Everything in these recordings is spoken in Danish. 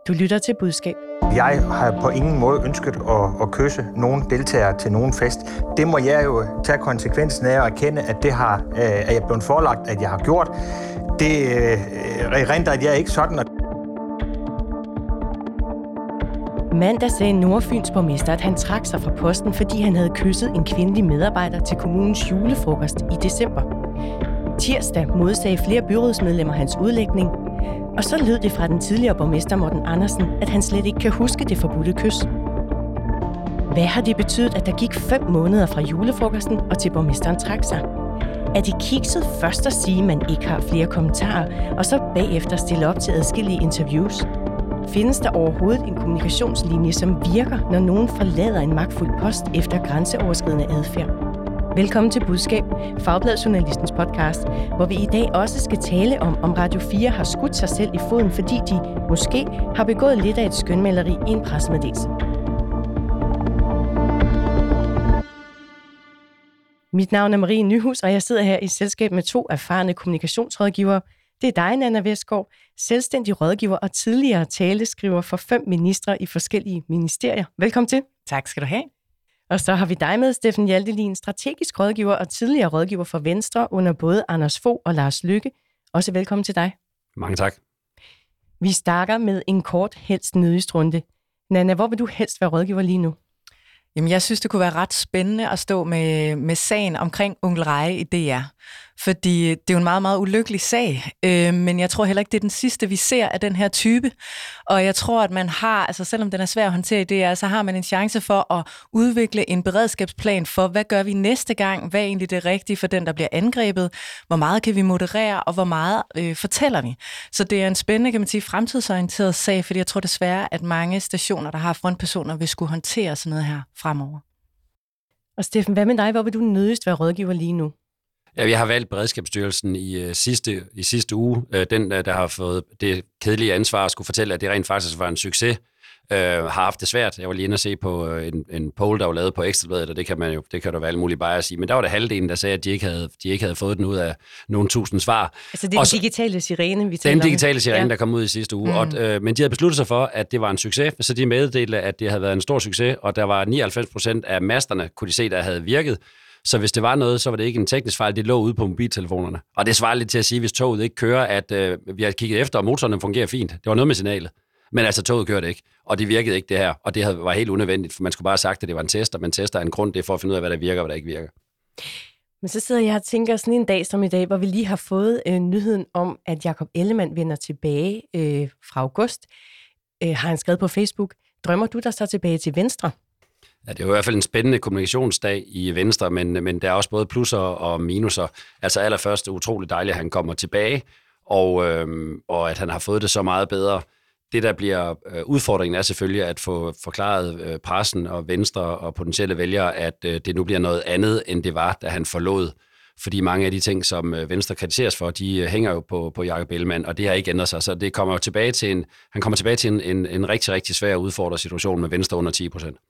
Du lytter til Budskab. Jeg har på ingen måde ønsket at kysse nogen deltagere til nogen fest. Det må jeg jo tage konsekvensen af og erkende, at det er jeg blevet forelagt, at jeg har gjort. Det renter jeg ikke sådan. Mandag sagde Nordfyns borgmester, at han trak sig fra posten, fordi han havde kysset en kvindelig medarbejder til kommunens julefrokost i december. Tirsdag modsagde flere byrådsmedlemmer hans udlægning, og så lød det fra den tidligere borgmester Morten Andersen, at han slet ikke kan huske det forbudte kys. Hvad har det betydet, at der gik 5 måneder fra julefrokosten og til borgmesteren trak sig? Er det kikset først at sige, at man ikke har flere kommentarer, og så bagefter stille op til adskillige interviews? Findes der overhovedet en kommunikationslinje, som virker, når nogen forlader en magtfuld post efter grænseoverskridende adfærd? Velkommen til Budskab, Fagbladet-journalistens podcast, hvor vi i dag også skal tale om Radio 4 har skudt sig selv i foden, fordi de måske har begået lidt af et skønmaleri i en pressemeddelelse. Mit navn er Marie Nyhus, og jeg sidder her i selskab med 2 erfarne kommunikationsrådgivere. Det er dig, Nanna Vestgaard, selvstændig rådgiver og tidligere taleskriver for 5 ministre i forskellige ministerier. Velkommen til. Tak skal du have. Og så har vi dig med, Steffen Hjaltelin, strategisk rådgiver og tidligere rådgiver for Venstre under både Anders Fogh og Lars Løkke. Også velkommen til dig. Mange tak. Vi starter med en kort, helst nødigst runde. Nanna, hvor vil du helst være rådgiver lige nu? Jamen, jeg synes, det kunne være ret spændende at stå med sagen omkring Onkel Reje i DR. Fordi det er jo en meget, meget ulykkelig sag, men jeg tror heller ikke, det er den sidste, vi ser af den her type. Og jeg tror, at man har, altså selvom den er svær at håndtere i DR, så har man en chance for at udvikle en beredskabsplan for, hvad gør vi næste gang? Hvad er egentlig det rigtige for den, der bliver angrebet? Hvor meget kan vi moderere, og hvor meget fortæller vi? Så det er en spændende, kan man sige, fremtidsorienteret sag, fordi jeg tror desværre, at mange stationer, der har frontpersoner, vil skulle håndtere sådan noget her fremover. Og Steffen, hvad med dig? Hvor vil du nødigst være rådgiver lige nu? Ja, vi har valgt Beredskabsstyrelsen i sidste uge. Den, der har fået det kedelige ansvar at skulle fortælle, at det rent faktisk var en succes, har haft det svært. Jeg var lige inde og se på en poll, der var lavet på Ekstrabladet, og det kan der være alle mulige bare at sige. Men der var det halvdelen, der sagde, at de ikke havde fået den ud af nogle tusind svar. Altså det er den digitale sirene, vi taler om. Den digitale sirene, der kom ud i sidste uge. Men de havde besluttet sig for, at det var en succes, så de meddelte, at det havde været en stor succes, og der var 99% af masterne, kunne de se, der havde virket. Så hvis det var noget, så var det ikke en teknisk fejl, det lå ude på mobiltelefonerne. Og det svarer lidt til at sige, hvis toget ikke kører, at vi har kigget efter, og motorerne fungerer fint. Det var noget med signalet. Men altså, toget kørte ikke, og det virkede ikke det her. Og det var helt unødvendigt, for man skulle bare have sagt, at det var en test, og man tester en grund, det er for at finde ud af, hvad der virker og hvad der ikke virker. Men så sidder jeg og tænker sådan en dag som i dag, hvor vi lige har fået nyheden om, at Jakob Ellemann vender tilbage fra august. Har han skrevet på Facebook. Drømmer du dig så tilbage til Venstre? Ja, det er jo i hvert fald en spændende kommunikationsdag i Venstre, men der er også både plusser og minuser. Altså allerførst er det utroligt dejligt, at han kommer tilbage, og at han har fået det så meget bedre. Det, der bliver udfordringen, er selvfølgelig at få forklaret pressen og Venstre og potentielle vælgere, at det nu bliver noget andet, end det var, da han forlod. Fordi mange af de ting, som Venstre kritiseres for, de hænger jo på Jakob Ellemann, og det har ikke ændret sig. Så det kommer jo tilbage til en rigtig, rigtig svær udfordret situation med Venstre under 10%.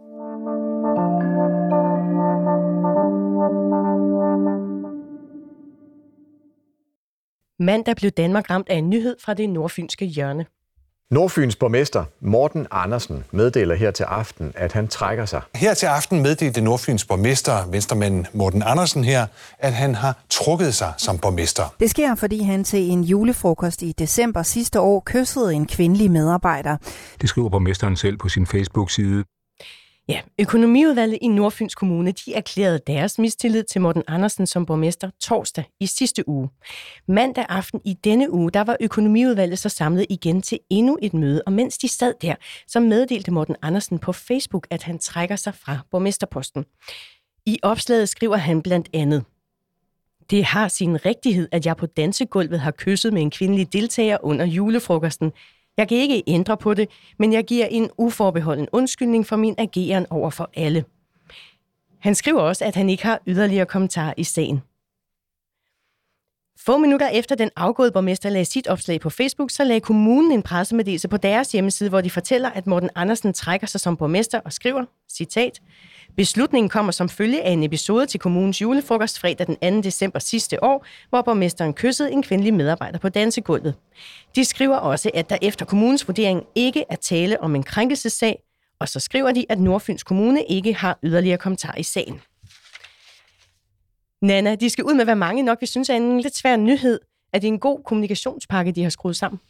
Mandag blev Danmark ramt af en nyhed fra det nordfynske hjørne. Nordfyns borgmester Morten Andersen meddeler her til aften, at han trækker sig. Her til aften meddelte Nordfyns borgmester, venstremanden Morten Andersen her, at han har trukket sig som borgmester. Det sker, fordi han til en julefrokost i december sidste år kyssede en kvindelig medarbejder. Det skriver borgmesteren selv på sin Facebook-side. Ja, økonomiudvalget i Nordfyns Kommune, de erklærede deres mistillid til Morten Andersen som borgmester torsdag i sidste uge. Mandag aften i denne uge, der var økonomiudvalget så samlet igen til endnu et møde, og mens de sad der, så meddelte Morten Andersen på Facebook, at han trækker sig fra borgmesterposten. I opslaget skriver han blandt andet: "Det har sin rigtighed, at jeg på dansegulvet har kysset med en kvindelig deltager under julefrokosten. Jeg kan ikke ændre på det, men jeg giver en uforbeholden undskyldning for min ageren over for alle." Han skriver også, at han ikke har yderligere kommentarer i sagen. Få minutter efter den afgåede borgmester lagde sit opslag på Facebook, så lagde kommunen en pressemeddelelse på deres hjemmeside, hvor de fortæller, at Morten Andersen trækker sig som borgmester og skriver, citat, beslutningen kommer som følge af en episode til kommunens julefrokost fredag den 2. december sidste år, hvor borgmesteren kyssede en kvindelig medarbejder på dansegulvet. De skriver også, at der efter kommunens vurdering ikke er tale om en krænkelsessag, og så skriver de, at Nordfyns Kommune ikke har yderligere kommentarer i sagen. Nanna, de skal ud med, hvad mange nok vil synes er en lidt svær nyhed. Er det en god kommunikationspakke, de har skruet sammen?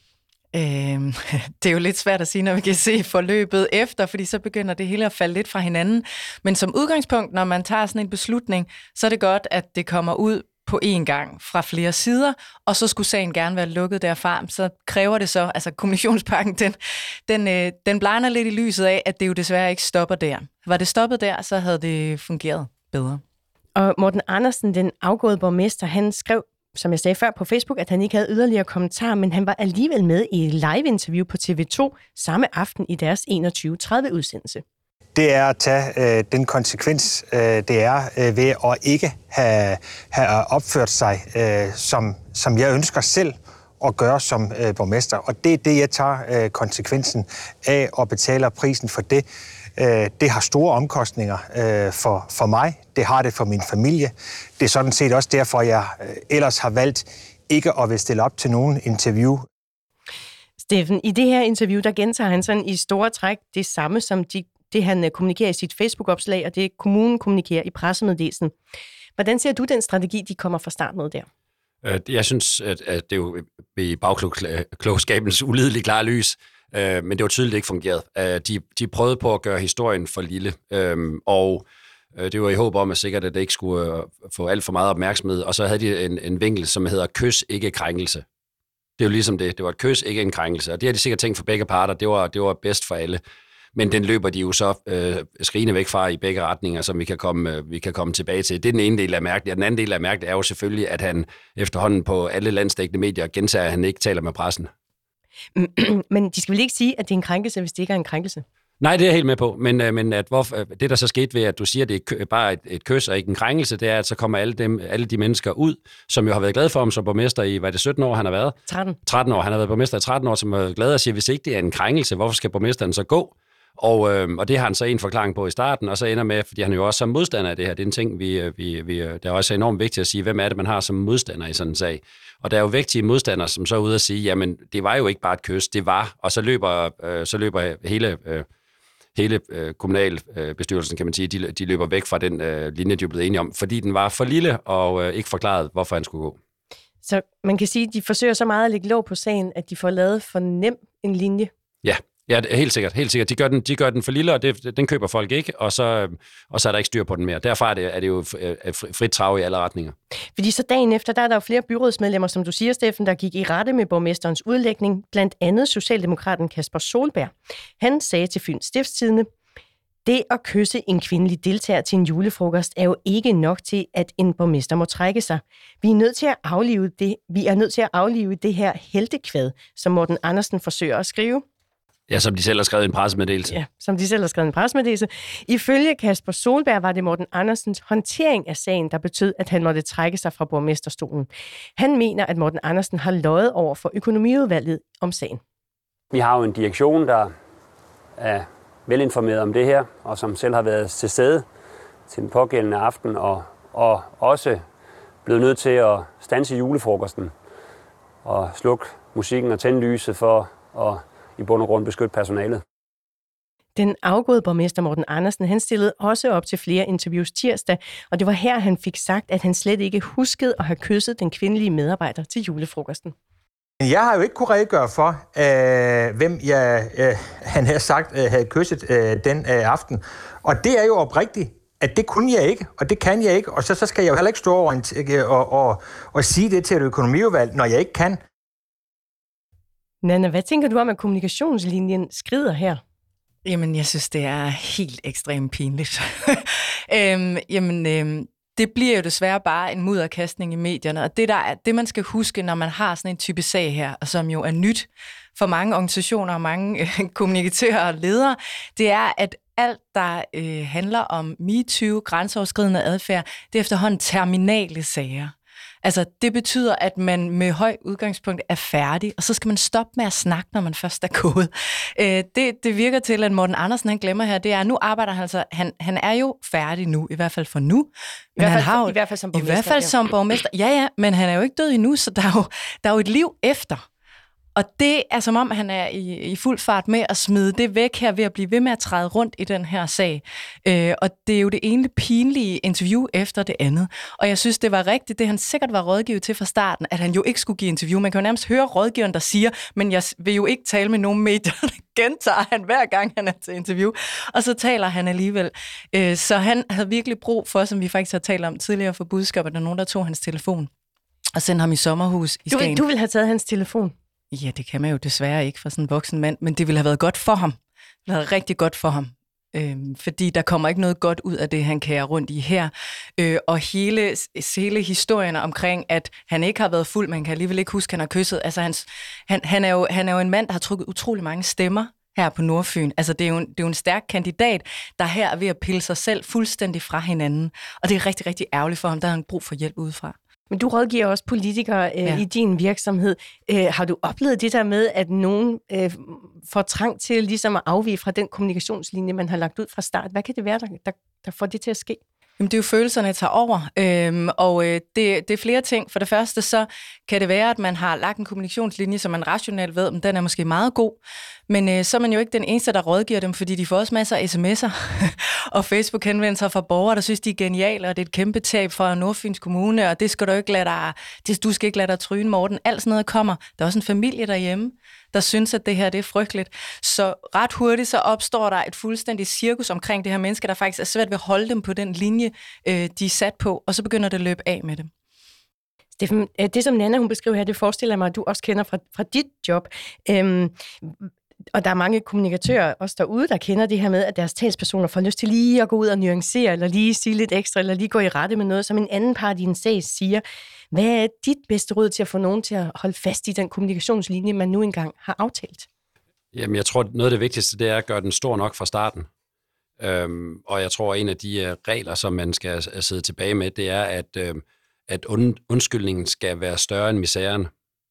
Det er jo lidt svært at sige, når vi kan se forløbet efter, fordi så begynder det hele at falde lidt fra hinanden. Men som udgangspunkt, når man tager sådan en beslutning, så er det godt, at det kommer ud på én gang fra flere sider, og så skulle sagen gerne være lukket derfra. Så kræver det så, altså kommunikationspakken, den blegner lidt i lyset af, at det jo desværre ikke stopper der. Var det stoppet der, så havde det fungeret bedre. Og Morten Andersen, den afgåede borgmester, han skrev, som jeg sagde før på Facebook, at han ikke havde yderligere kommentarer, men han var alligevel med i et live-interview på TV2 samme aften i deres 21:30-udsendelse. Det er at tage den konsekvens, det er ved at ikke have opført sig, som jeg ønsker selv at gøre som borgmester. Og det er det, jeg tager konsekvensen af og betaler prisen for det. Det har store omkostninger for mig. Det har det for min familie. Det er sådan set også derfor, jeg ellers har valgt ikke at vil stille op til nogen interview. Steffen, i det her interview, der gentager han sådan i store træk det samme som det, han kommunikerer i sit Facebook-opslag, og det kommunen kommunikerer i pressemeddelelsen. Hvordan ser du den strategi, de kommer fra start med der? Jeg synes, at det er jo i bagklogskabens ulideligt klare lys, men det var tydeligt ikke fungeret. De prøvede på at gøre historien for lille, og det var i håb om, at sikkert, at det ikke skulle få alt for meget opmærksomhed, og så havde de en vinkel, som hedder kys, ikke krænkelse. Det er jo ligesom det. Det var et kys, ikke en krænkelse, og det har de sikkert tænkt for begge parter. Det var bedst for alle. Men den løber de jo så skrigende væk fra i begge retninger, som vi kan komme tilbage til. Det er den ene del af mærkeligt. Og den anden del af mærkeligt er jo selvfølgelig, at han efterhånden på alle landsdækkende medier gentager, at han ikke taler med pressen. Men de skal vel ikke sige, at det er en krænkelse, hvis det ikke er en krænkelse? Nej, det er jeg helt med på. Men at det, der så skete ved, at du siger, at det er bare et kys og ikke en krænkelse, det er, at så kommer alle de mennesker ud, som jo har været glade for ham som borgmester i, hvad det 17 år, han har været? 13 år. Han har været borgmester i 13 år, som har været glad og siger, hvis ikke det er en krænkelse, hvorfor skal borgmesteren så gå? Og det har han så en forklaring på i starten, og så ender med, fordi han er jo også som modstander af det her. Det er en ting, det er også enormt vigtigt at sige, hvem er det, man har som modstander i sådan en sag. Og der er jo vigtige modstandere, som så er ude at sige, jamen, det var jo ikke bare et kys, det var, og så løber hele kommunalbestyrelsen, kan man sige, de løber væk fra den linje, de er blevet enige om, fordi den var for lille og ikke forklaret, hvorfor han skulle gå. Så man kan sige, at de forsøger så meget at lægge låg på sagen, at de får lavet for nem en linje. Ja, helt sikkert. De gør den for lille, og den køber folk ikke, og så er der ikke styr på den mere. Derfor er det jo frit trav i alle retninger. Fordi så dagen efter, der er der jo flere byrådsmedlemmer, som du siger, Steffen, der gik i rette med borgmesterens udlægning, blandt andet socialdemokraten Kasper Solberg. Han sagde til Fyns Stiftstidende, det at kysse en kvindelig deltager til en julefrokost er jo ikke nok til, at en borgmester må trække sig. Vi er nødt til at aflive det her heltekvad, som Morten Andersen forsøger at skrive. Ja, som de selv har skrevet en pressemeddelelse. Ja, som de selv har skrevet en pressemeddelelse. Ifølge Kasper Solberg var det Morten Andersens håndtering af sagen, der betød, at han måtte trække sig fra borgmesterstolen. Han mener, at Morten Andersen har løjet over for økonomiudvalget om sagen. Vi har jo en direktion, der er velinformeret om det her, og som selv har været til stede til den pågældende aften, og også blevet nødt til at standse julefrokosten og slukke musikken og tænde lyset for at i bund og grund beskytte personalet. Den afgåede borgmester Morten Andersen, han stillede også op til flere interviews tirsdag, og det var her, han fik sagt, at han slet ikke huskede at have kysset den kvindelige medarbejder til julefrokosten. Jeg har jo ikke kunne redegøre for, hvem han havde sagt havde kysset den aften. Og det er jo oprigtigt, at det kunne jeg ikke, og det kan jeg ikke. Og så skal jeg jo heller ikke stå over og sige det til et økonomiudvalg, når jeg ikke kan. Nanna, hvad tænker du om, at kommunikationslinjen skrider her? Jamen, jeg synes, det er helt ekstremt pinligt. Det bliver jo desværre bare en mudderkastning i medierne, og det man skal huske, når man har sådan en type sag her, og som jo er nyt for mange organisationer og mange kommunikatører og ledere, det er, at alt, der handler om MeToo, grænseoverskridende adfærd, det er efterhånden terminale sager. Altså, det betyder, at man med høj udgangspunkt er færdig, og så skal man stoppe med at snakke, når man først er gået. Det virker til, at Morten Andersen, han glemmer her, det er, at nu arbejder han altså, han er jo færdig nu, i hvert fald for nu. I hvert fald som borgmester. I hvert fald som borgmester. Ja, men han er jo ikke død endnu, så der er jo et liv efter. Og det er som om, han er i fuld fart med at smide det væk her, ved at blive ved med at træde rundt i den her sag. Og det er jo det ene pinlige interview efter det andet. Og jeg synes, det var rigtigt, det han sikkert var rådgivet til fra starten, at han jo ikke skulle give interview. Man kan jo nærmest høre rådgiveren, der siger, men jeg vil jo ikke tale med nogen medier. Gentager han hver gang, han er til interview. Og så taler han alligevel. Så han havde virkelig brug for, som vi faktisk har talt om tidligere, for budskaber, der er nogen, der tog hans telefon og sendte ham i sommerhus i Skagen. Du ville have taget hans telefon? Ja, det kan man jo desværre ikke for sådan en voksen mand, men det ville have været godt for ham. Det ville have været rigtig godt for ham. Fordi der kommer ikke noget godt ud af det, han kærer rundt i her. Og hele historien omkring, at han ikke har været fuld, man kan alligevel ikke huske, at han har kysset. Altså, han er jo en mand, der har trukket utrolig mange stemmer her på Nordfyn. Altså, det er jo en stærk kandidat, der her er ved at pille sig selv fuldstændig fra hinanden. Og det er rigtig, rigtig ærgerligt for ham, der har han brug for hjælp udefra. Men du rådgiver også politikere i din virksomhed. Har du oplevet det der med, at nogen får trang til ligesom at afvige fra den kommunikationslinje, man har lagt ud fra start? Hvad kan det være, der får det til at ske? Jamen, det er jo følelserne, der tager over, og det er flere ting. For det første, så kan det være, at man har lagt en kommunikationslinje, som man rationelt ved, men den er måske meget god, men så er man jo ikke den eneste, der rådgiver dem, fordi de får også masser af sms'er og Facebook-henvendelser fra borgere, der synes, de er geniale, og det er et kæmpe tab for Nordfyns Kommune, og det skal du ikke lade dig, du skal ikke lade dig tryne, Morten. Alt sådan noget kommer. Der er også en familie derhjemme, der synes, at det her det er frygteligt. Så ret hurtigt så opstår der et fuldstændig cirkus omkring det her menneske, der faktisk er svært ved at holde dem på den linje, de er sat på, og så begynder det at løbe af med dem. Steffen, det som Nanna hun beskriver her, det forestiller mig, at du også kender fra dit job. Og der er mange kommunikatører også derude, der kender det her med, at deres talspersoner får lyst til lige at gå ud og nuancere, eller lige sige lidt ekstra, eller lige gå i rette med noget, som en anden part i en sag siger. Hvad er dit bedste råd til at få nogen til at holde fast i den kommunikationslinje, man nu engang har aftalt? Jamen, jeg tror, noget af det vigtigste, det er at gøre den stor nok fra starten. Og jeg tror, en af de regler, som man skal sidde tilbage med, det er, at undskyldningen skal være større end misæren.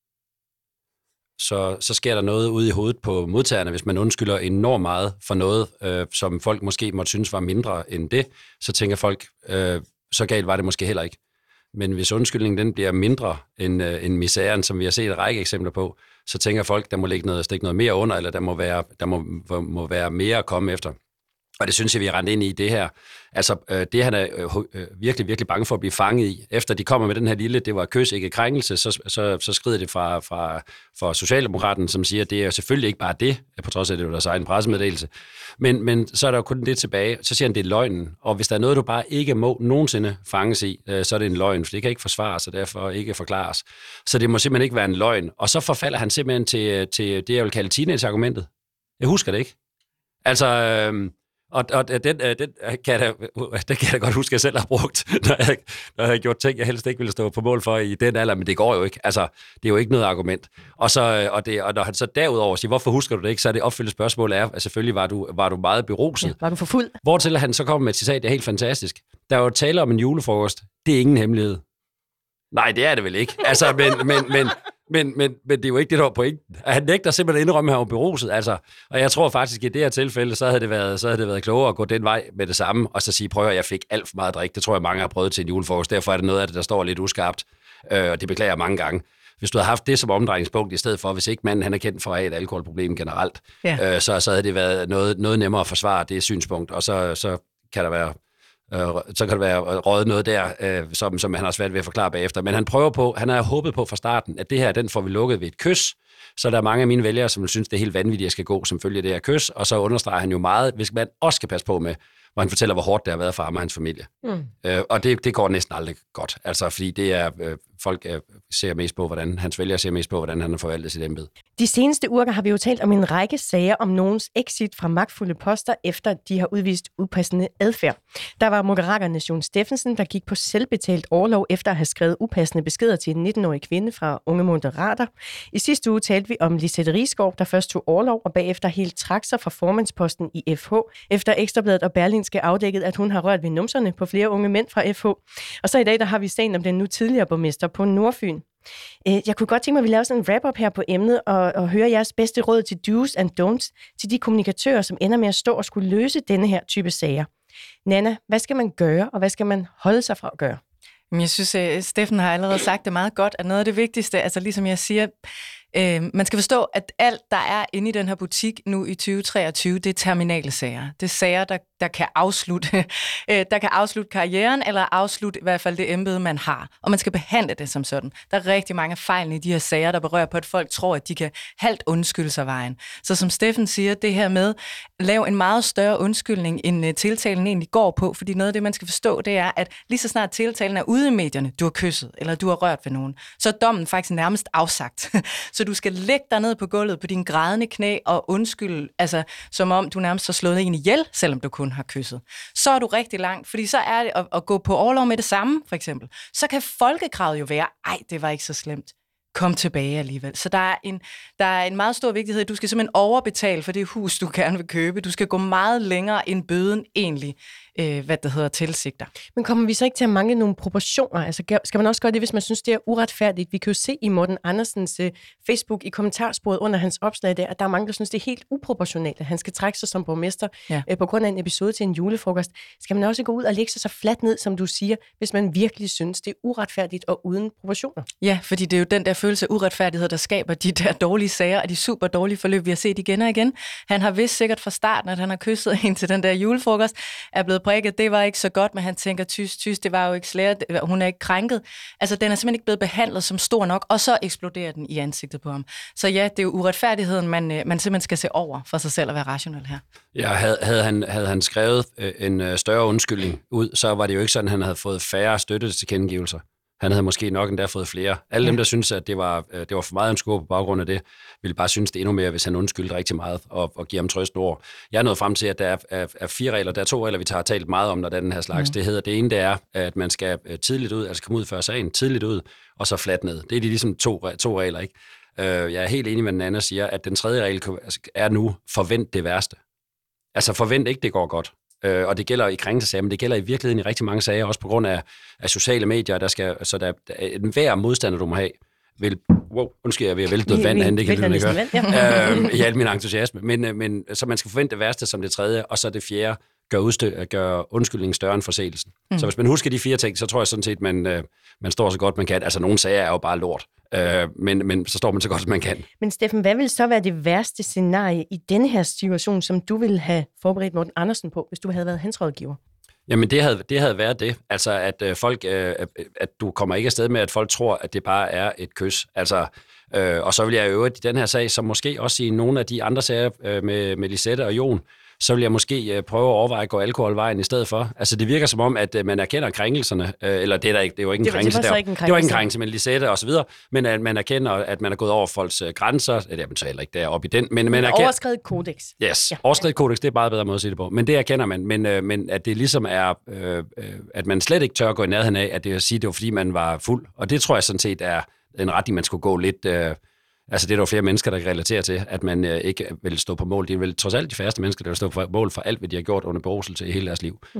Så sker der noget ude i hovedet på modtagerne, hvis man undskylder enormt meget for noget, som folk måske måtte synes var mindre end det, så tænker folk, så galt var det måske heller ikke. Men hvis undskyldningen den bliver mindre end misæren, som vi har set et række eksempler på, så tænker folk, der må stikke noget mere under, eller der må være mere at komme efter. Og det synes jeg, vi er rendt ind i det her. Altså, det han er virkelig, virkelig bange for at blive fanget i. Efter de kommer med den her lille, det var kys, ikke krænkelse, så skrider det fra Socialdemokraten, som siger, at det er jo selvfølgelig ikke bare det, på trods af det er deres egen pressemeddelelse. Men så er der jo kun det tilbage. Så siger han, det er løgnen. Og hvis der er noget, du bare ikke må nogensinde fanges i, så er det en løgn, for det kan ikke forsvares, og derfor ikke forklares. Så det må simpelthen ikke være en løgn. Og så forfalder han simpelthen til det, jeg vil kalde teenage-argumentet. Jeg husker det ikke. Altså... Og den kan jeg da godt huske, at jeg selv har brugt, når jeg har gjort ting, jeg helst ikke ville stå på mål for i den alder, men det går jo ikke. Altså, det er jo ikke noget argument. Og når han så derudover siger, hvorfor husker du det ikke, så er det opfyldte spørgsmål er, at selvfølgelig var du meget beruset. Ja, var du for fuld? Hvortil han så kommer med et citat, det er helt fantastisk. Der er jo tale om en julefrokost. Det er ingen hemmelighed. Nej, det er det vel ikke. Altså, men det er jo ikke det, der var pointen. Han nægter simpelthen at indrømme, at han var beruset. Altså, og jeg tror faktisk, at i det her tilfælde, så havde det været klogere at gå den vej med det samme, og så sige, prøv at jeg fik alt for meget drik. Det tror jeg, mange har prøvet til en julefrokost. Derfor er det noget af det, der står lidt uskarpt. Og det beklager jeg mange gange. Hvis du havde haft det som omdrejningspunkt, i stedet for, hvis ikke manden han er kendt for et alkoholproblem generelt, så havde det været noget nemmere at forsvare det synspunkt. Og så kan der være... så kan det være røget noget der, som han har svært ved at forklare bagefter. Men han har håbet på fra starten, at det her, den får vi lukket ved et kys. Så der er mange af mine vælgere, som synes, det er helt vanvittigt, at jeg skal gå som følge det her kys. Og så understreger han jo meget, hvis man også skal passe på med, hvor han fortæller, hvor hårdt det har været for ham og hans familie. Og det går næsten aldrig godt. Altså, fordi det er... folk ser mest på, hvordan hans vælgere ser mest på, hvordan han har forvaltet sit embede. De seneste uger har vi jo talt om en række sager om nogens exit fra magtfulde poster, efter de har udvist upassende adfærd. Der var Moderaternes Jon Steffensen, der gik på selvbetalt orlov efter at have skrevet upassende beskeder til en 19-årig kvinde fra Unge Moderater. I sidste uge talte vi om Lisette Risgaard, der først tog orlov og bagefter helt trak sig fra formandsposten i FH, efter Ekstrabladet og Berlingske afdækket, at hun har rørt ved numserne på flere unge mænd fra FH. Og så i dag, der har vi sagen om den nu tidligere borgmester borgmester på Nordfyn. Jeg kunne godt tænke mig, at vi laver sådan en wrap-up her på emnet og høre jeres bedste råd til do's and don'ts til de kommunikatører, som ender med at stå og skulle løse denne her type sager. Nanna, hvad skal man gøre, og hvad skal man holde sig fra at gøre? Jeg synes, Steffen har allerede sagt det meget godt, at noget af det vigtigste, altså ligesom jeg siger, man skal forstå, at alt, der er inde i den her butik nu i 2023, det er terminale sager. Det er sager, der kan afslutte karrieren, eller afslutte i hvert fald det embede, man har. Og man skal behandle det som sådan. Der er rigtig mange fejl i de her sager, der berører på, at folk tror, at de kan halvt undskylde sig vejen. Så som Steffen siger, det her med, lave en meget større undskyldning, end tiltalen egentlig går på, fordi noget af det, man skal forstå, det er, at lige så snart tiltalen er ude i medierne, du har kysset, eller du har rørt ved nogen, så er dommen faktisk nærmest afsagt. Så du skal lægge dig ned på gulvet på dine grædende knæ og undskylde, altså som om du nærmest har slået en ihjel, selvom du kun har kysset. Så er du rigtig langt, fordi så er det at gå på orlov med det samme, for eksempel. Så kan folkekravet jo være, det var ikke så slemt. Kom tilbage alligevel. Så der er en meget stor vigtighed. Du skal simpelthen overbetale for det hus, du gerne vil købe. Du skal gå meget længere end bøden egentlig, tilsigter. Men kommer vi så ikke til at mangle nogle proportioner? Altså, skal man også gøre det, hvis man synes, det er uretfærdigt? Vi kan jo se i Morten Andersens Facebook i kommentarsporet under hans opslag der, at der er mange, der synes, det er helt uproportionalt, at han skal trække sig som borgmester på grund af en episode til en julefrokost. Skal man også gå ud og lægge sig så fladt ned, som du siger, hvis man virkelig synes, det er uretfærdigt og uden proportioner? Ja, fordi det er jo den der følelse af uretfærdighed, der skaber de der dårlige sager og de super dårlige forløb, vi har set igen og igen. Han har vidst sikkert fra starten, at han har kysset en til den der julefrokost, er blevet prikket, det var ikke så godt, men han tænker, tys, det var jo ikke slæret, hun er ikke krænket. Altså, den er simpelthen ikke blevet behandlet som stor nok, og så eksploderer den i ansigtet på ham. Så ja, det er jo uretfærdigheden, man simpelthen skal se over for sig selv og være rationel her. Ja, havde han skrevet en større undskyldning ud, så var det jo ikke sådan, at han havde fået færre støttetilkendegivelser. Han havde måske nok endda fået flere. Alle dem, der synes, at det var for meget en skue på baggrund af det, ville bare synes det endnu mere, hvis han undskyldte rigtig meget og giver ham trøstende ord. Jeg er nået frem til, at der er 4 regler. Der er 2 regler, vi har talt meget om, når der er den her slags. Det ene, det er, at man skal tidligt ud, altså komme ud før sagen, tidligt ud, og så fladt ned. Det er de ligesom to regler, ikke? Jeg er helt enig med den anden, siger, at den tredje regel er nu, forvent det værste. Altså forvent ikke, det går godt. Og det gælder i krænkelsesager, men det gælder i virkeligheden i rigtig mange sager, også på grund af sociale medier, der enhver modstander, du må have, jeg er ved at vælte noget vand, det kan lyden ikke høre, i al min entusiasme, men så man skal forvente det værste som det tredje, og så det fjerde, gør undskyldningen større end forseelsen. Så hvis man husker de 4 ting, så tror jeg sådan set, man står så godt man kan. Altså nogle sager er jo bare lort, men så står man så godt som man kan. Men Steffen, hvad vil så være det værste scenarie i denne her situation, som du ville have forberedt Morten Andersen på, hvis du havde været hans rådgiver? Jamen det havde været det. Altså at du kommer ikke afsted med, at folk tror, at det bare er et kys. Altså, og så vil jeg øvrigt i den her sag, som måske også i nogle af de andre sager med Lisette og Jon, så vil jeg måske prøve at overveje at gå alkoholvejen i stedet for. Altså det virker som om, at man erkender krænkelserne, eller det er der ikke, det er jo ikke en krænkelse der. Det var ikke en krænkelse, men Lisette og så videre, men at man erkender, at man er gået over folks grænser, det er man så heller ikke deroppe i den, men man erkender... Overskredet kodex. Yes, overskredet kodex, det er bare bedre måde at sige det på, men det erkender man, men at det ligesom er, at man slet ikke tør gå i nærheden af, at det at sige, det var fordi man var fuld, og det tror jeg sådan set er en retning, man skulle gå lidt... Altså det er der jo flere mennesker, der kan relatere til, at man ikke vil stå på mål. Det er vel trods alt de færreste mennesker, der vil stå på mål for alt, hvad de har gjort under beruselse i hele deres liv.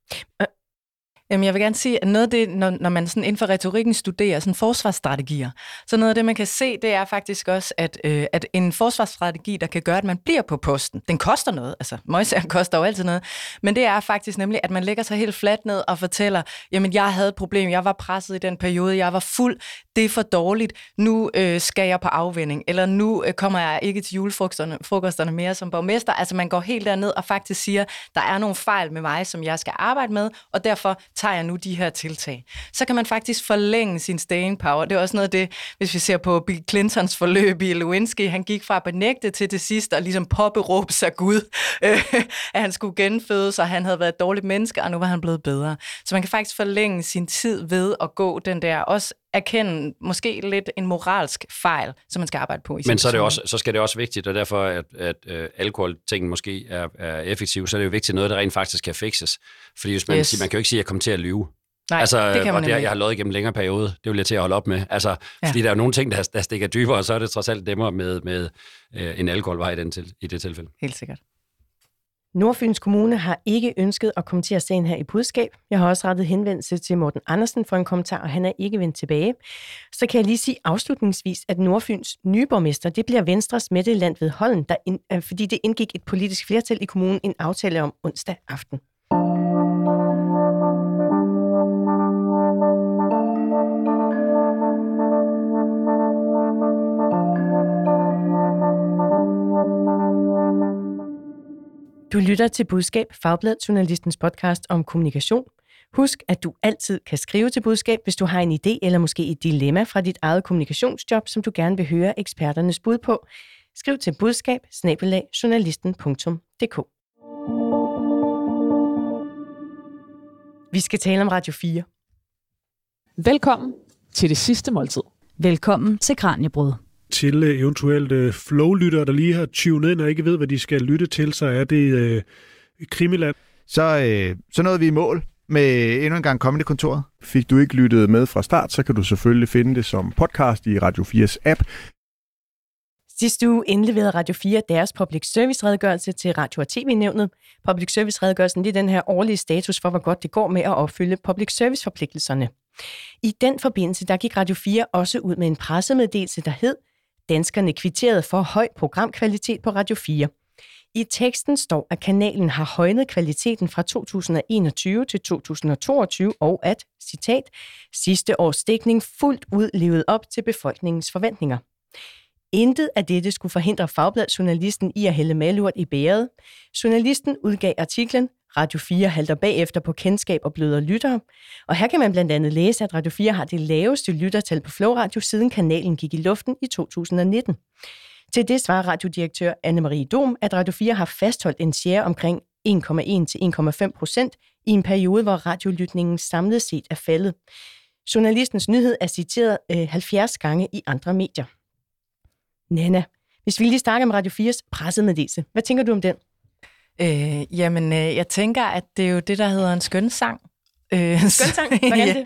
Jamen, jeg vil gerne sige, at noget af det, når man sådan inden for retorikken studerer sådan forsvarsstrategier, så noget af det, man kan se, det er faktisk også, at en forsvarsstrategi, der kan gøre, at man bliver på posten, den koster noget. Altså, møgsager koster jo altid noget. Men det er faktisk nemlig, at man lægger sig helt fladt ned og fortæller, jamen, jeg havde et problem, jeg var presset i den periode, jeg var fuld, det er for dårligt, nu skal jeg på afvinding, eller nu kommer jeg ikke til julefrokosterne mere som borgmester. Altså, man går helt derned og faktisk siger, der er nogle fejl med mig, som jeg skal arbejde med, og derfor tager jeg nu de her tiltag. Så kan man faktisk forlænge sin staying power. Det er også noget af det, hvis vi ser på Bill Clintons forløb i Lewinsky, han gik fra at benægte til det sidste og ligesom påberåbe sig Gud, at han skulle genfødes, og han havde været et dårligt menneske, og nu var han blevet bedre. Så man kan faktisk forlænge sin tid ved at gå den der, også erkende måske lidt en moralsk fejl, som man skal arbejde på. Men så skal det også vigtigt, og derfor at alkoholtingen måske er effektiv, så er det jo vigtigt noget, der rent faktisk kan fikses. Fordi hvis man siger, man kan jo ikke sige, at jeg kommer til at lyve. Nej, altså, det kan man jeg har løjet igennem længere periode, det vil jeg til at holde op med. Altså, fordi der er jo nogle ting, der stikker dybere, og så er det trods alt nemmere med en alkoholvej i det tilfælde. Helt sikkert. Nordfyns Kommune har ikke ønsket at kommentere sagen her i budskab. Jeg har også rettet henvendelse til Morten Andersen for en kommentar, og han er ikke vendt tilbage. Så kan jeg lige sige afslutningsvis, at Nordfyns nye borgmester, det bliver Venstres Mette Landtved Holm, fordi det indgik et politisk flertal i kommunen en aftale om onsdag aften. Du lytter til Budskab, Fagbladet Journalistens podcast om kommunikation. Husk, at du altid kan skrive til Budskab, hvis du har en idé eller måske et dilemma fra dit eget kommunikationsjob, som du gerne vil høre eksperternes bud på. Skriv til budskab@journalisten.dk. Vi skal tale om Radio 4. Velkommen til det sidste måltid. Velkommen til Kraniebrød. Til eventuelt flow-lyttere, der lige har tunet ind og ikke ved, hvad de skal lytte til, så er det Krimiland. Så nåede vi i mål med endnu en gang Comedy-kontoret. Fik du ikke lyttet med fra start, så kan du selvfølgelig finde det som podcast i Radio 4's app. Sidste uge indleverede Radio 4 deres public service-redegørelse til Radio- og TV-nævnet. Public service-redegørelsen er den her årlige status for, hvor godt det går med at opfylde public service-forpligtelserne. I den forbindelse, der gik Radio 4 også ud med en pressemeddelelse, der hed: Danskerne kvitterede for høj programkvalitet på Radio 4. I teksten står, at kanalen har højnet kvaliteten fra 2021 til 2022, og at, citat, sidste års dækning fuldt ud levede op til befolkningens forventninger. Intet af dette skulle forhindre Fagbladet-journalisten i at hælde malurt i bæret. Journalisten udgav artiklen Radio 4 halter bagefter på kendskab og bløder lyttere. Og her kan man blandt andet læse, at Radio 4 har det laveste lyttertal på Flow Radio, siden kanalen gik i luften i 2019. Til det svarer radiodirektør Anne-Marie Dom, at Radio 4 har fastholdt en share omkring 1,1 til 1,5% i en periode, hvor radiolytningen samlet set er faldet. Journalistens nyhed er citeret 70 gange i andre medier. Nana, hvis vi lige snakker om Radio 4's pressemeddelelse, hvad tænker du om den? Jeg tænker, at det er jo det, der hedder en skønsang. Skønsang? Hvordan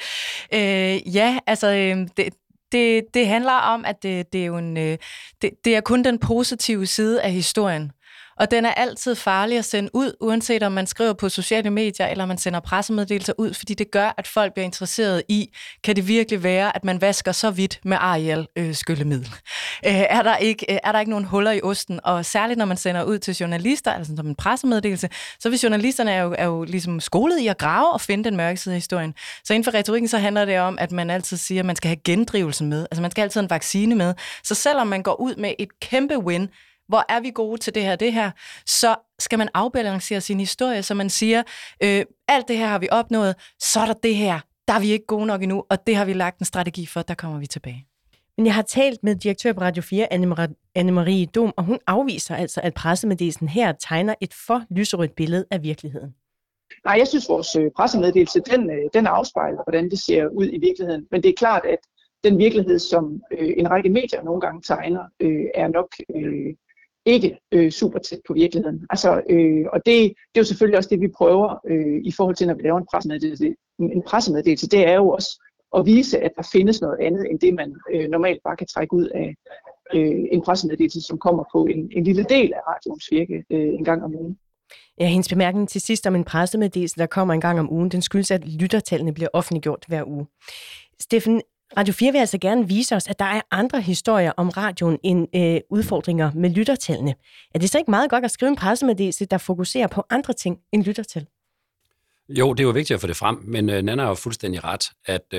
det? Det handler om, at det er jo det er kun den positive side af historien. Og den er altid farlig at sende ud, uanset om man skriver på sociale medier, eller man sender pressemeddelelser ud, fordi det gør, at folk bliver interesseret i, kan det virkelig være, at man vasker så vidt med Ariel-skyllemiddel? Er der ikke nogen huller i osten? Og særligt, når man sender ud til journalister, altså som en pressemeddelelse, så hvis journalisterne er jo ligesom skolet i at grave og finde den mørke side af historien. Så inden for retorikken, så handler det om, at man altid siger, at man skal have gendrivelsen med. Altså man skal altid have en vaccine med. Så selvom man går ud med et kæmpe win, hvor er vi gode til det her, så skal man afbalancere sin historie, så man siger, alt det her har vi opnået, så er der det her, der er vi ikke gode nok endnu, og det har vi lagt en strategi for, der kommer vi tilbage. Men jeg har talt med direktør på Radio 4, Anne-Marie Dom, og hun afviser altså, at pressemeddelelsen her tegner et for lyserødt billede af virkeligheden. Nej, jeg synes, vores pressemeddelelse, den afspejler, hvordan det ser ud i virkeligheden. Men det er klart, at den virkelighed, som en række medier nogle gange tegner, er nok ikke super tæt på virkeligheden. Altså, og det er jo selvfølgelig også det, vi prøver i forhold til, når vi laver en pressemeddelelse. En pressemeddelelse, det er jo også at vise, at der findes noget andet, end det, man normalt bare kan trække ud af en pressemeddelelse, som kommer på en lille del af radioens virke en gang om ugen. Ja, hendes bemærkning til sidst om en pressemeddelelse, der kommer en gang om ugen, den skyldes, at lyttertallene bliver offentliggjort hver uge. Steffen, Radio 4 vil altså gerne vise os, at der er andre historier om radioen end udfordringer med lyttertallene. Er det så ikke meget godt at skrive en pressemeddelelse, der fokuserer på andre ting end lyttertal? Jo, det er jo vigtigt at få det frem, men Nana har jo fuldstændig ret, at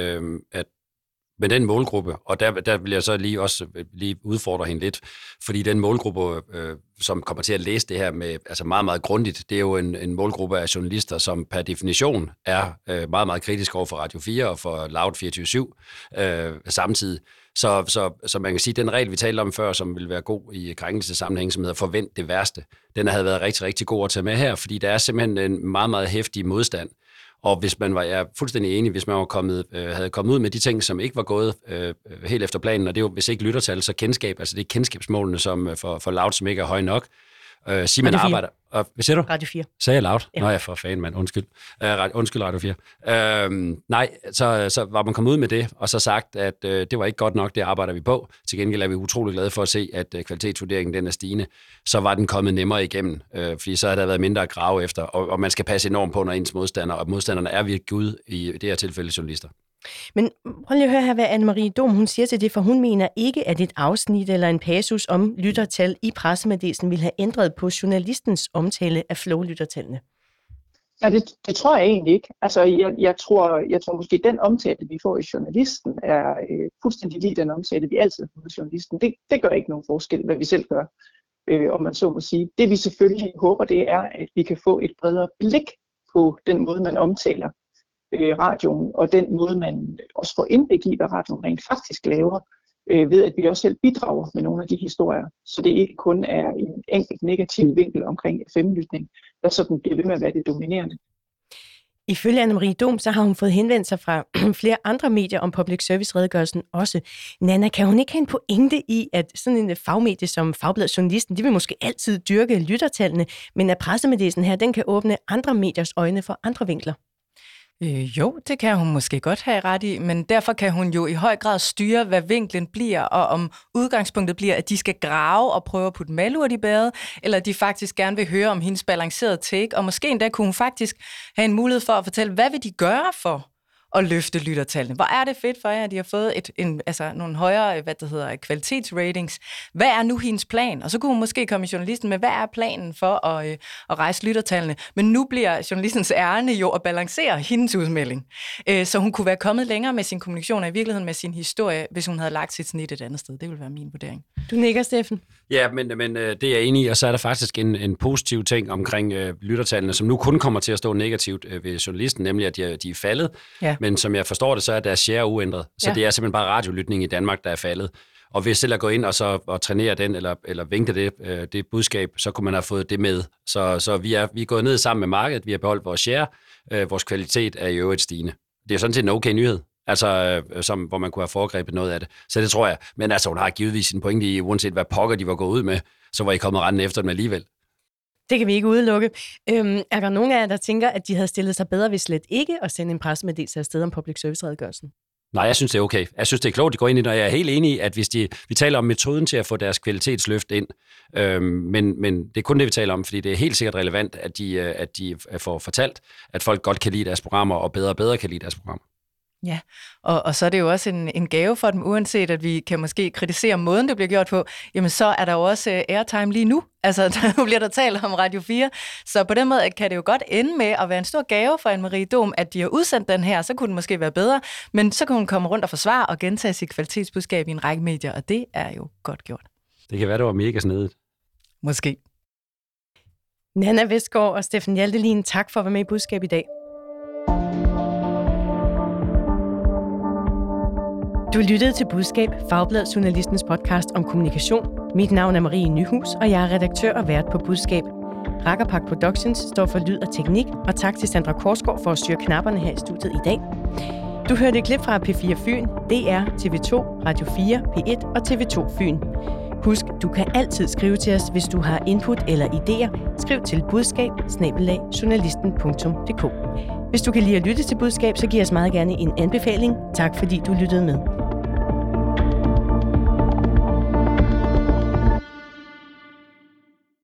med den målgruppe, og der vil jeg så lige udfordre hende lidt, fordi den målgruppe, som kommer til at læse det her med, altså meget, meget grundigt, det er jo en målgruppe af journalister, som per definition er meget, meget kritisk over for Radio 4 og for Loud 24/7 samtidig. Så man kan sige, at den regel, vi talte om før, som vil være god i krænkelsesammenhæng, som hedder forvent det værste, den havde været rigtig, rigtig god at tage med her, fordi der er simpelthen en meget, meget heftig modstand. Og hvis man jeg er fuldstændig enig, hvis man havde kommet ud med de ting, som ikke var gået helt efter planen, og det er jo, hvis ikke lyttertal, så kendskab, altså det er kendskabsmålene som for Loud, som ikke er høje nok, Sige, man arbejder... Hvad siger du? Radio 4. Sagde jeg loud? Ja. Nå, jeg er for fan, mand. Undskyld. Undskyld, Radio 4. Nej, så var man kommet ud med det, og så sagt, at det var ikke godt nok, det arbejder vi på. Til gengæld er vi utrolig glade for at se, at kvalitetsvurderingen den er stigende. Så var den kommet nemmere igennem, fordi så har der været mindre at grave efter, og man skal passe enormt på, når ens modstandere, og modstanderne er virkelig Gud i det her tilfælde journalister. Men prøv lige at høre her, hvad Anne-Marie Dom hun siger til det, for hun mener ikke, at et afsnit eller en passus om lyttertal i pressemeddelelsen ville have ændret på journalistens omtale af Flow-lyttertallene. Ja, det tror jeg egentlig ikke. Altså, jeg tror måske, at den omtale, vi får i journalisten, er fuldstændig lige den omtale, vi altid får i journalisten. Det gør ikke nogen forskel, hvad vi selv gør, om man så må sige. Det vi selvfølgelig håber, det er, at vi kan få et bredere blik på den måde, man omtaler radioen, og den måde, man også får indblik i, hvad radioen rent faktisk laver, ved at vi også selv bidrager med nogle af de historier, så det ikke kun er en enkelt negativ vinkel omkring FM-lytning, der sådan bliver ved med at være det dominerende. Ifølge Anne-Marie Dom, så har hun fået henvendelser fra flere andre medier om public service-redegørelsen også. Nanna, kan hun ikke have en pointe i, at sådan en fagmedie som Fagbladet Journalisten, de vil måske altid dyrke lyttertallene, men at pressemeddelelsen her, den kan åbne andre mediers øjne for andre vinkler? Jo, det kan hun måske godt have ret i, men derfor kan hun jo i høj grad styre, hvad vinklen bliver, og om udgangspunktet bliver, at de skal grave og prøve at putte malurt i bæret, eller de faktisk gerne vil høre om hendes balancerede take, og måske endda kunne hun faktisk have en mulighed for at fortælle, hvad vil de gøre for at løfte lyttertallene. Hvor er det fedt for jer, at de har fået nogle højere kvalitetsratings. Hvad er nu hendes plan? Og så kunne hun måske komme i journalisten med, hvad er planen for at rejse lyttertallene? Men nu bliver journalistens ærne jo at balancere hendes udmelding. Så hun kunne være kommet længere med sin kommunikation, og i virkeligheden med sin historie, hvis hun havde lagt sit snit et andet sted. Det vil være min vurdering. Du nikker, Steffen. Ja, men det er jeg enig i, og så er der faktisk en positiv ting omkring lyttertallene, som nu kun kommer til at stå negativt ved journalisten, nemlig at de er faldet. Ja. Men som jeg forstår det, så er deres share uændret. Så det er simpelthen bare radiolytning i Danmark, der er faldet. Og ved selv at gå ind og trænere den, eller vinkle det budskab, så kunne man have fået det med. Så vi er gået ned sammen med markedet, vi har beholdt vores share, vores kvalitet er i øvrigt stigende. Det er sådan set en okay nyhed, altså hvor man kunne have foregrebet noget af det. Så det tror jeg. Men altså, hun har givetvis sin pointe i, uanset hvad pokker de var gået ud med, så var I kommet rendende efter dem alligevel. Det kan vi ikke udelukke. Er der nogen af jer, der tænker, at de havde stillet sig bedre ved slet ikke at sende en pressemeddelelse afsted om public service-redegørelsen? Nej, jeg synes, det er okay. Jeg synes, det er klogt, de går ind i det, og jeg er helt enig i, at hvis vi taler om metoden til at få deres kvalitetsløft ind, men det er kun det, vi taler om, fordi det er helt sikkert relevant, at de får fortalt, at folk godt kan lide deres programmer, og bedre kan lide deres programmer. Ja, og så er det jo også en gave for dem, uanset at vi kan måske kritisere måden, det bliver gjort på, jamen så er der jo også airtime lige nu. Altså, nu bliver der talt om Radio 4, så på den måde kan det jo godt ende med at være en stor gave for Anne-Marie Dom, at de har udsendt den her, så kunne den måske være bedre, men så kan hun komme rundt og forsvare og gentage sit kvalitetsbudskab i en række medier, og det er jo godt gjort. Det kan være, det var mega snedigt. Måske. Nanna Vestgaard og Steffen Hjaltelin, tak for at være med i Budskab i dag. Du lyttede til Budskab, Fagbladet Journalistens podcast om kommunikation. Mit navn er Marie Nyhus, og jeg er redaktør og vært på Budskab. Rakkerpak Productions står for lyd og teknik, og tak til Sandra Korsgaard for at styre knapperne her i studiet i dag. Du hørte et klip fra P4 Fyn, DR, TV2, Radio 4, P1 og TV2 Fyn. Husk, du kan altid skrive til os, hvis du har input eller idéer. Skriv til budskab@journalisten.dk. Hvis du kan lide at lytte til Budskab, så giv os meget gerne en anbefaling. Tak fordi du lyttede med.